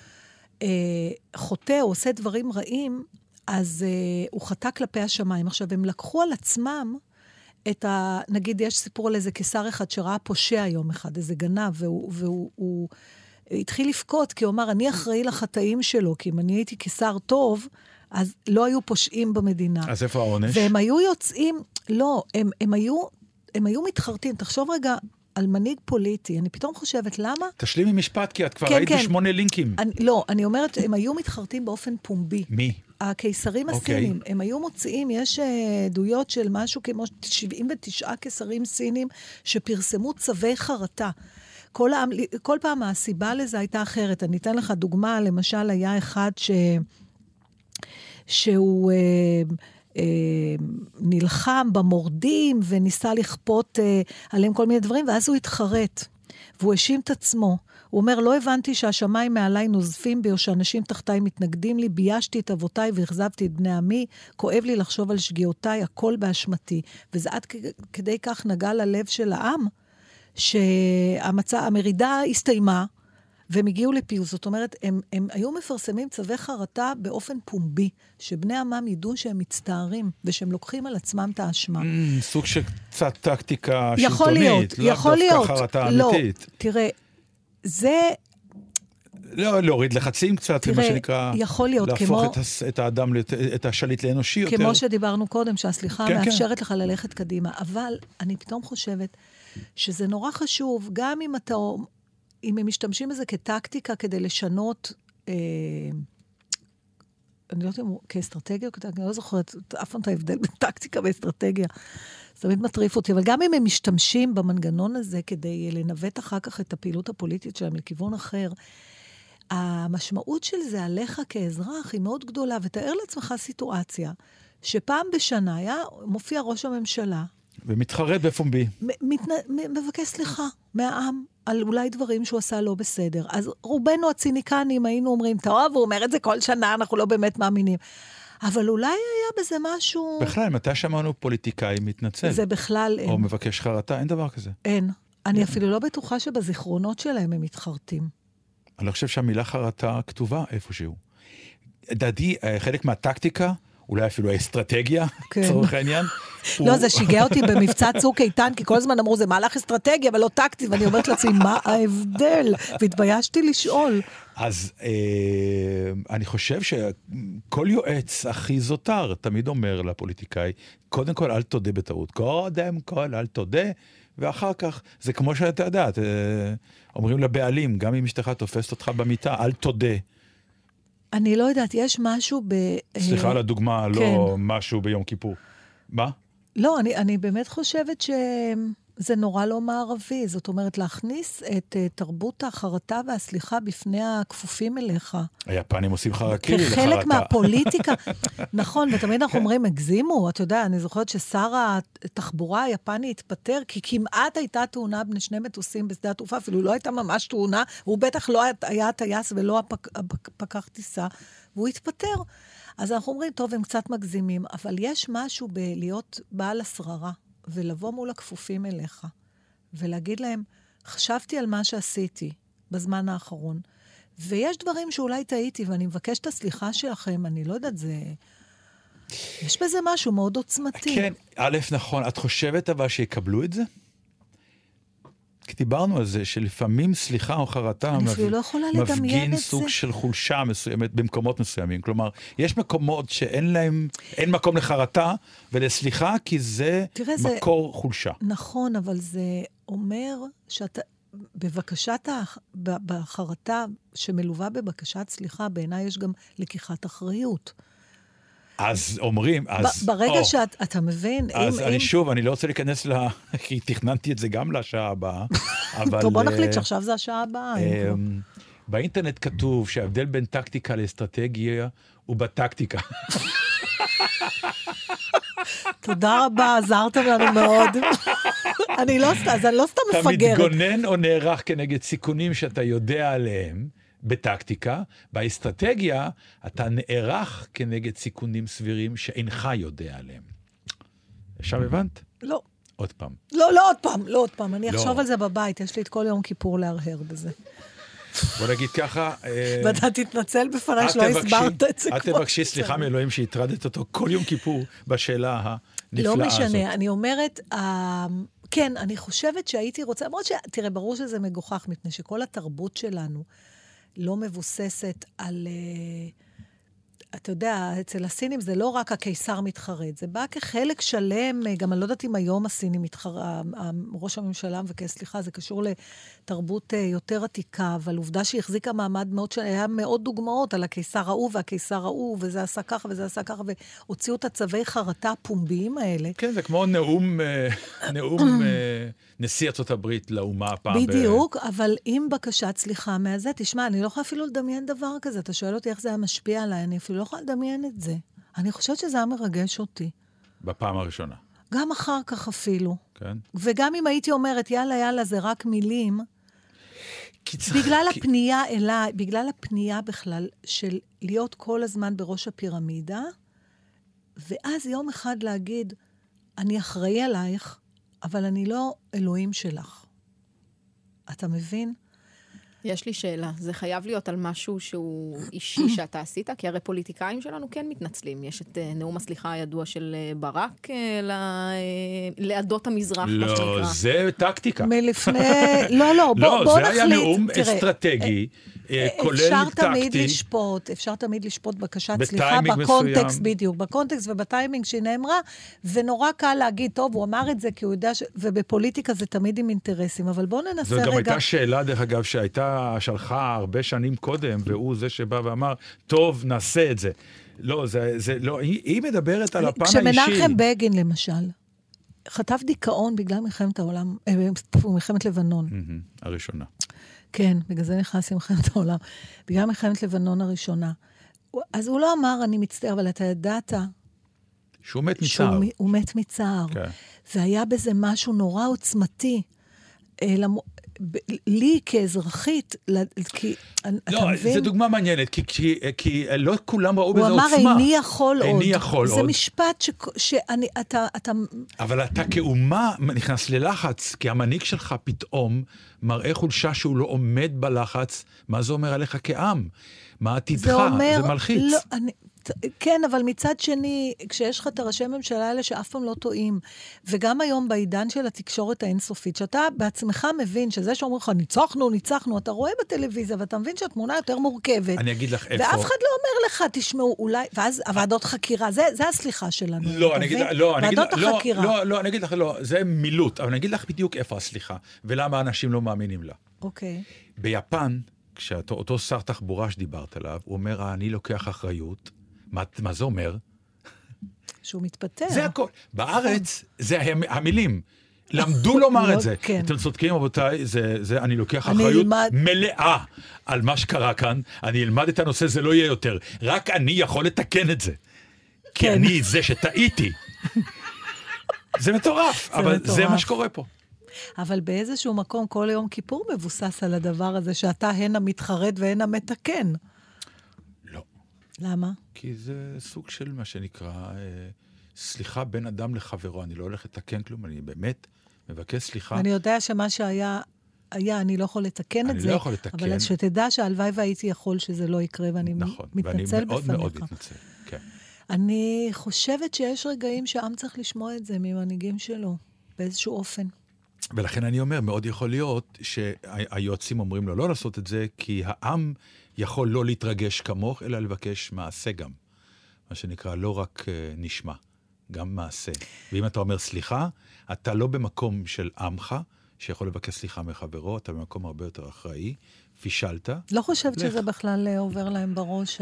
חוטא או עושה דברים רעים, אז הוא חטא כלפי השמיים. עכשיו, הם לקחו על עצמם נגיד, יש סיפור על איזה קיסר אחד שראה פושע יום אחד, איזה גנב, והוא התחיל לפקוט, כי הוא אמר, אני אחראי לחטאים שלו, כי אם אני הייתי קיסר טוב, אז לא היו פושעים במדינה. אז איפה העונש? והם היו יוצאים, לא, הם היו מתחרטים. תחשוב רגע על מנהיג פוליטי, אני פתאום חושבת, למה? תשלימי משפט, כי את כבר ראית 8 לינקים. לא, אני אומרת, הם היו מתחרטים באופן פומבי. מי? הקיסרים הסינים, הם היו מוצאים, יש עדויות של משהו כמו 79 קיסרים סינים שפרסמו צווי חרטה. כל פעם הסיבה לזה הייתה אחרת. אני אתן לך דוגמה, למשל היה אחד שהוא נלחם במורדים וניסה לכפות עליהם כל מיני דברים, ואז הוא התחרט, והוא האשים את עצמו. הוא אומר, לא הבנתי שהשמיים מעליי נוזפים בי, או שאנשים תחתיי מתנגדים לי, ביישתי את אבותיי והחזבתי את בני עמי, כואב לי לחשוב על שגיאותיי, הכל באשמתי. וזה עד כדי כך נגע ללב של העם, שהמרידה הסתיימה, והם הגיעו לפיוס. זאת אומרת, הם היו מפרסמים צווי חרטה באופן פומבי, שבני עמם ידעו שהם מצטערים, ושהם לוקחים על עצמם את האשמה. סוג של קצת טקטיקה יכול שלטונית, להיות, יכול להיות. חרטה לא, אמיתית. תראה, זה... לא, להוריד לחצים קצת, מה שנקרא, יכול להיות, להפוך את האדם, את השליט לאנושי יותר. כמו שדיברנו קודם, שהסליחה מאפשרת לך ללכת קדימה. אבל אני פתאום חושבת שזה נורא חשוב, גם אם הם משתמשים בזה כטקטיקה כדי לשנות, אני לא יודעת אם כאסטרטגיה, אני לא זוכרת, אף פעם את ההבדל בין טקטיקה ואסטרטגיה. זה תמיד מטריף אותי, אבל גם אם הם משתמשים במנגנון הזה כדי לנווט אחר כך את הפעילות הפוליטית שלהם לכיוון אחר, המשמעות של זה עליך כאזרח היא מאוד גדולה, ותאר לעצמך סיטואציה שפעם בשנה מופיע ראש הממשלה, ומתחרט בפומבי. מבקש סליחה מהעם על אולי דברים שהוא עשה לא בסדר. אז רובנו הציניקנים היינו אומרים, טוב, הוא אומר את זה כל שנה, אנחנו לא באמת מאמינים. אבל אולי היה בזה משהו... בכלל, מתי שמענו פוליטיקאי מתנצל? זה בכלל אין. או מבקש חרטה, אין דבר כזה. אין. אני אפילו לא בטוחה שבזיכרונות שלהם הם מתחרטים. אני לא חושב שהמילה חרטה כתובה איפשהו. דעתי, חלק מהטקטיקה, אולי אפילו האסטרטגיה, צורך העניין. לא, זה שיגע אותי במבצע צוק איתן, כי כל הזמן אמרו, זה מהלך אסטרטגי, אבל לא טקטי, ואני אומרת לעצמי, מה ההבדל? והתביישתי לשאול. אז אני חושב שכל יועץ הכי זוטר תמיד אומר לפוליטיקאי, קודם כל אל תודה בטעות, קודם כל אל תודה, ואחר כך, זה כמו שאתה יודעת, אומרים לבעלים, גם אם אשתך תופסת אותך במיטה, אל תודה. אני לא יודעת, יש משהו סליחה על הדוגמה, לא משהו ביום כיפור. מה? לא, אני באמת חושבת שזה נורא לא מערבי. זאת אומרת, להכניס את תרבות החרטה והסליחה בפני הכפופים אליך. היפנים עושים חרקירי לחרטה. כחלק מהפוליטיקה. נכון, ותמיד אנחנו אומרים, הגזימו. אתה יודע, אני זוכרת ששר התחבורה היפני התפטר, כי כמעט הייתה תאונה בין שני מטוסים בשדה התעופה, אפילו לא הייתה ממש תאונה, הוא בטח לא היה טייס ולא הפקח טיסה, והוא התפטר. אז אנחנו אומרים, טוב, הם קצת מגזימים, אבל יש משהו בלהיות בעל השררה, ולבוא מול הכפופים אליך, ולהגיד להם, חשבתי על מה שעשיתי בזמן האחרון, ויש דברים שאולי טעיתי, ואני מבקש את הסליחה שלכם, אני לא יודעת, יש בזה משהו מאוד עוצמתי. כן, א', נכון, את חושבת אבל שיקבלו את זה? כי דיברנו על זה, שלפעמים סליחה או חרטה מפגין סוג של חולשה מסוימת במקומות מסוימים. כלומר, יש מקומות שאין להם, אין מקום לחרטה ולסליחה, כי זה מקור חולשה. נכון, אבל זה אומר שאתה, בחרטה שמלווה בבקשת סליחה, בעיניי יש גם לקיחת אחריות. אז אומרים, ברגע שאתה מבין... אז אני לא רוצה להיכנס כי תכננתי את זה גם לשעה הבאה, אבל... טוב, בוא נחליט שעכשיו זה השעה הבאה. באינטרנט כתוב שההבדל בין טקטיקה לאסטרטגיה הוא בטקטיקה. תודה רבה, עזרתם לנו מאוד. אני לא סתם מפגרת. אתה מתגונן או נערך כנגד סיכונים שאתה יודע עליהם, בטקטיקה, באסטרטגיה, אתה נערך כנגד סיכונים סבירים שאינך יודע עליהם. עכשיו הבנת? לא. עוד פעם. לא עוד פעם. אני אחשוב על זה בבית, יש לי את כל יום כיפור להרהר בזה. בוא נגיד ככה... ואתה תתנצל בפני שלא הסברת את זה. את תבקשי סליחה מאלוהים שהטרדת אותו כל יום כיפור בשאלה הנפלאה הזאת. לא משנה, אני אומרת, כן, אני חושבת שהייתי רוצה, למרות תראה, ברור שזה מגוחך, מפני שכל התרבות שלנו לא מבוססת על... אתה יודע, אצל הסינים זה לא רק הקיסר מתחרט, זה בא כחלק שלם, גם אני לא יודעת אם היום הסינים ראש הממשלה מבקש סליחה, זה קשור לתרבות יותר עתיקה, אבל עובדה שהחזיקה מעמד מאוד, שהיה מאוד דוגמאות על הקיסר ההוא והקיסר ההוא, וזה עשה ככה וזה עשה ככה, והוציאו את הצווי חרטה הפומביים האלה. כן, זה כמו נאום נשיא ארצות הברית לאומה הפעם. בדיוק, אבל עם בקשת סליחה מהזה, תשמע, אני לא יכולה אפילו לדמיין דבר כזה, אתה שואל אותי איך זה היה משפיע עליי, אני אפילו לא יכולה לדמיין את זה. אני חושבת שזה היה מרגש אותי. בפעם הראשונה. גם אחר כך אפילו. כן. וגם אם הייתי אומרת, יאללה, זה רק מילים, בגלל הפנייה אליי, בגלל הפנייה בכלל של להיות כל הזמן בראש הפירמידה, ואז יום אחד להגיד, אני אחראי עלייך, אבל אני לא אלוהים שלך. אתה מבין? יש לי שאלה. זה חייב להיות על משהו שהוא אישי שאתה עשית? כי הרי פוליטיקאים שלנו כן מתנצלים. יש את נאום הסליחה הידוע של ברק לעדות המזרח, מה שנקרא. לא, זה טקטיקה. מלפני... לא, בוא נחליט. זה היה נאום אסטרטגי, כולל טקטי. אפשר תמיד לשפוט בקשת סליחה בקונטקסט, בדיוק, בקונטקסט ובטיימינג שהיא נאמרה, ונורא קל להגיד, טוב, הוא אמר את זה כי הוא יודע, ובפוליטיקה זה תמיד עם אינטרסים, אבל בואו ננסה רגע. זו גם הייתה שאלה, דרך אגב, שלחה הרבה שנים קודם, והוא זה שבא ואמר, טוב, נעשה את זה. לא, זה לא, היא מדברת על הפן האישי. כשמנחם בגין, למשל, חטף דיכאון בגלל מלחמת העולם, מלחמת לבנון. הראשונה. כן, בגלל זה נכנס למלחמת העולם. בגלל מלחמת לבנון הראשונה. אז הוא לא אמר, אני מצטער, אבל אתה ידעת... שהוא מת מצער. הוא מת מצער. כן. והיה בזה משהו נורא עוצמתי. לי כאזרחית, כי אתה מבין? זה דוגמה מעניינת, כי לא כולם ראו בזה עוצמה. הוא אמר, איני יכול עוד. איני יכול עוד. זה משפט שאני, אתה... אבל אתה כאומה נכנס ללחץ, כי המנהיג שלך פתאום מראה חולשה שהוא לא עומד בלחץ, מה זה אומר עליך כעם? מה עתידך? זה מלחיץ. לא, כן, אבל מצד שני, כשיש לך את הראשי ממשלה האלה שאף פעם לא טועים, וגם היום בעידן של התקשורת האינסופית, שאתה בעצמך מבין שזה שאומרים לך, ניצחנו, אתה רואה בטלוויזיה, ואתה מבין שהתמונה יותר מורכבת. אני אגיד לך איפה. ואף אחד לא אומר לך, תשמעו, אולי, ואז הוועדות חקירה, זה הסליחה שלנו. לא, אני אגיד לך, לא, זה מילוט, אבל אני אגיד לך בדיוק איפה הסליחה, ולמה אנשים לא מאמינים לה. אוקיי. ביפן, כשאותו שר תחבורה שדיברת עליו, הוא אומר, אני לוקח אחריות. מה זה אומר? שהוא מתפטר. זה הכל. בארץ, זה המילים. למדו לומר את זה. אתם צודקים, רבותיי, אני לוקח אחריות מלאה על מה שקרה כאן. אני אלמד את הנושא, זה לא יהיה יותר. רק אני יכול לתקן את זה. כי אני זה שטעיתי. זה מטורף, אבל זה מה שקורה פה. אבל באיזשהו מקום, כל יום כיפור מבוסס על הדבר הזה, שאתה הנה מתחרט והנה מתקן. לא. למה? כי זה סוג של מה שנקרא, סליחה בין אדם לחברו. אני לא הולך לתקן כלום, אני באמת מבקש סליחה. אני יודע שמה שהיה, אני לא יכול לתקן את זה. אני לא יכול לתקן. אבל שתדע שהלוואי והייתי יכול שזה לא יקרה, ואני מתנצל בפניך. ואני מאוד מאוד מתנצל, כן. אני חושבת שיש רגעים שהעם צריך לשמוע את זה ממנהיגים שלו, באיזשהו אופן. ולכן אני אומר, מאוד יכול להיות שהיועצים אומרים לו לא לעשות את זה, כי העם יכול לא להתרגש כמוך, אלא לבקש מעשה גם. מה שנקרא, לא רק נשמע, גם מעשה. ואם אתה אומר סליחה, אתה לא במקום של עמך, שיכול לבקש סליחה מחברו, אתה במקום הרבה יותר אחראי, פישלת. לא חושבת שזה בכלל עובר להם בראש,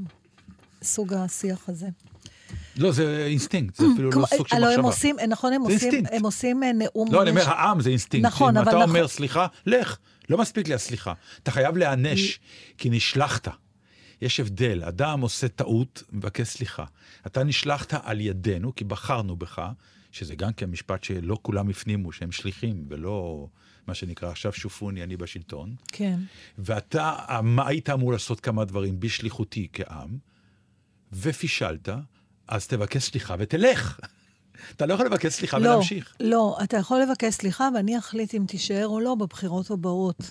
סוג השיח הזה. לא, זה אינסטינקט, זה אפילו לא סוג של מחשבה. נכון, הם עושים נאום... לא, אני אומר, העם זה אינסטינקט. נכון, אבל... אם אתה אומר סליחה, לך. לא מספיק לי הסליחה. אתה חייב להענש, כי נשלחת. יש הבדל, אדם עושה טעות, מבקש סליחה. אתה נשלחת על ידינו, כי בחרנו בך, שזה גם כן משפט שלא כולם הפנימו, שהם שליחים, ולא מה שנקרא, עכשיו שופוני, אני בשלטון. כן. ואתה, מה היית אמור לעשות כמה דברים בשליחותי כעם, ופישלת, אז תבקש סליחה ותלך. אתה לא יכול לבקש סליחה ולהמשיך. לא, אתה יכול לבקש סליחה, ואני אחליט אם תישאר או לא בבחירות הבאות.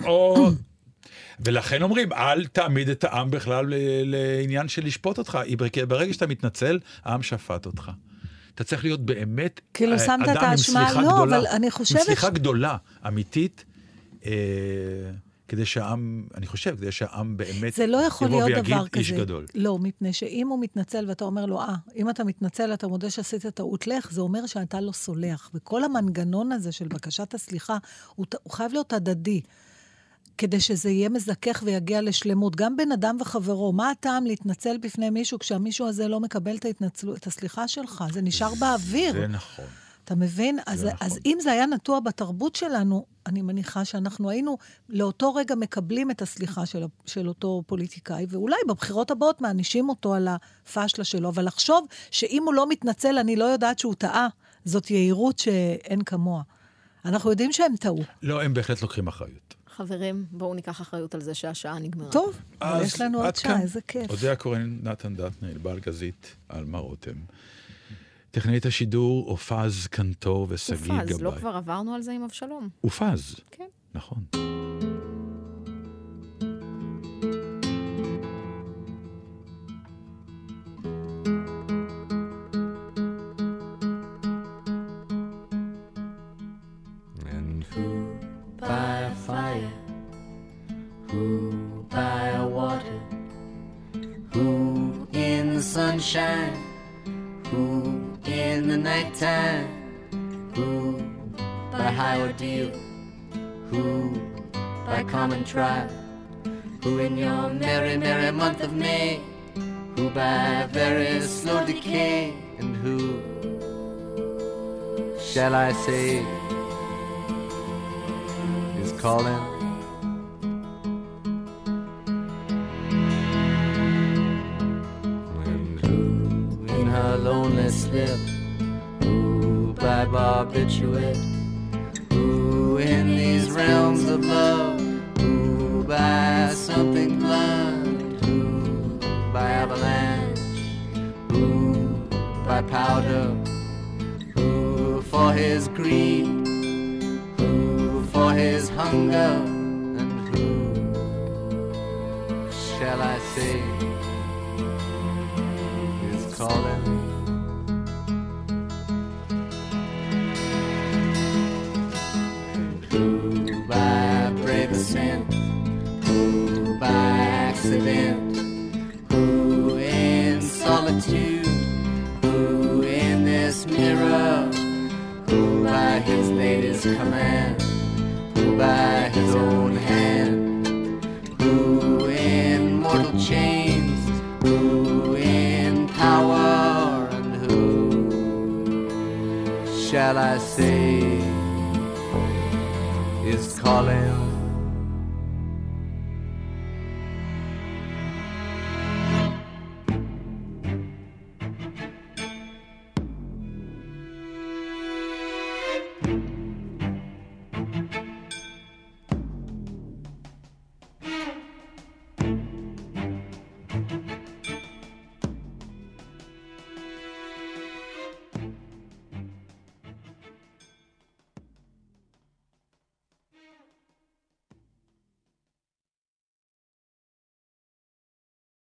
ולכן אומרים, אל תעמיד את העם בכלל לעניין של לשפוט אותך. ברגע שאתה מתנצל, העם שפט אותך. אתה צריך להיות באמת כאילו שמת את האשמה, לא, אבל אני חושבת... עם סליחה גדולה, אמיתית, כדי שהעם, אני חושב, כדי שהעם באמת זה לא יכול להיות דבר כזה. איש גדול. לא, מפני שאם הוא מתנצל ואתה אומר לו, אם אתה מתנצל, אתה מודה שעשית טעות לך, זה אומר שאתה לא סולח. וכל המנגנון הזה של בקשת הסליחה, הוא חייב להיות הדדי. כדי שזה יהיה מזכך ויגיע לשלמות. גם בין אדם וחברו, מה הטעם להתנצל בפני מישהו כשהמישהו הזה לא מקבל את הסליחה שלך? זה נשאר באוויר. זה נכון. אתה מבין? אז אם זה היה נטוע בתרבות שלנו, אני מניחה שאנחנו היינו לאותו רגע מקבלים את הסליחה של אותו פוליטיקאי, ואולי בבחירות הבאות מענישים אותו על הפשלה שלו, אבל לחשוב שאם הוא לא מתנצל, אני לא יודעת שהוא טעה, זאת יהירות שאין כמוה. אנחנו יודעים שהם טעו. לא, הם בהחלט לוקחים אחריות. חברים, בואו ניקח אחריות על זה שהשעה נגמרה. טוב, אבל יש לנו עוד שעה, איזה כיף. אודיה קורן, נתן דטנר, בעל גזית, אלמה רותם. טכנאית השידור, אופז, קנטור וסגי גבאי. אופז, לא כבר עברנו על זה עם אבשלום. אופז. כן. נכון. Sunshine, who in the nighttime, who by high ordeal, who by common trial, who in your merry, merry month of May, who by very slow decay, and who shall I say is calling? Lonely slip, who by barbiturate, who in these realms of love, who by something blunt, who by avalanche, who by powder, who for his greed, who for his hunger, and who shall I say is calling? Who by accident, who in solitude, who in this mirror, who by his lady's command, who by his own hand, who in mortal chains, who in power, and who shall I say is calling?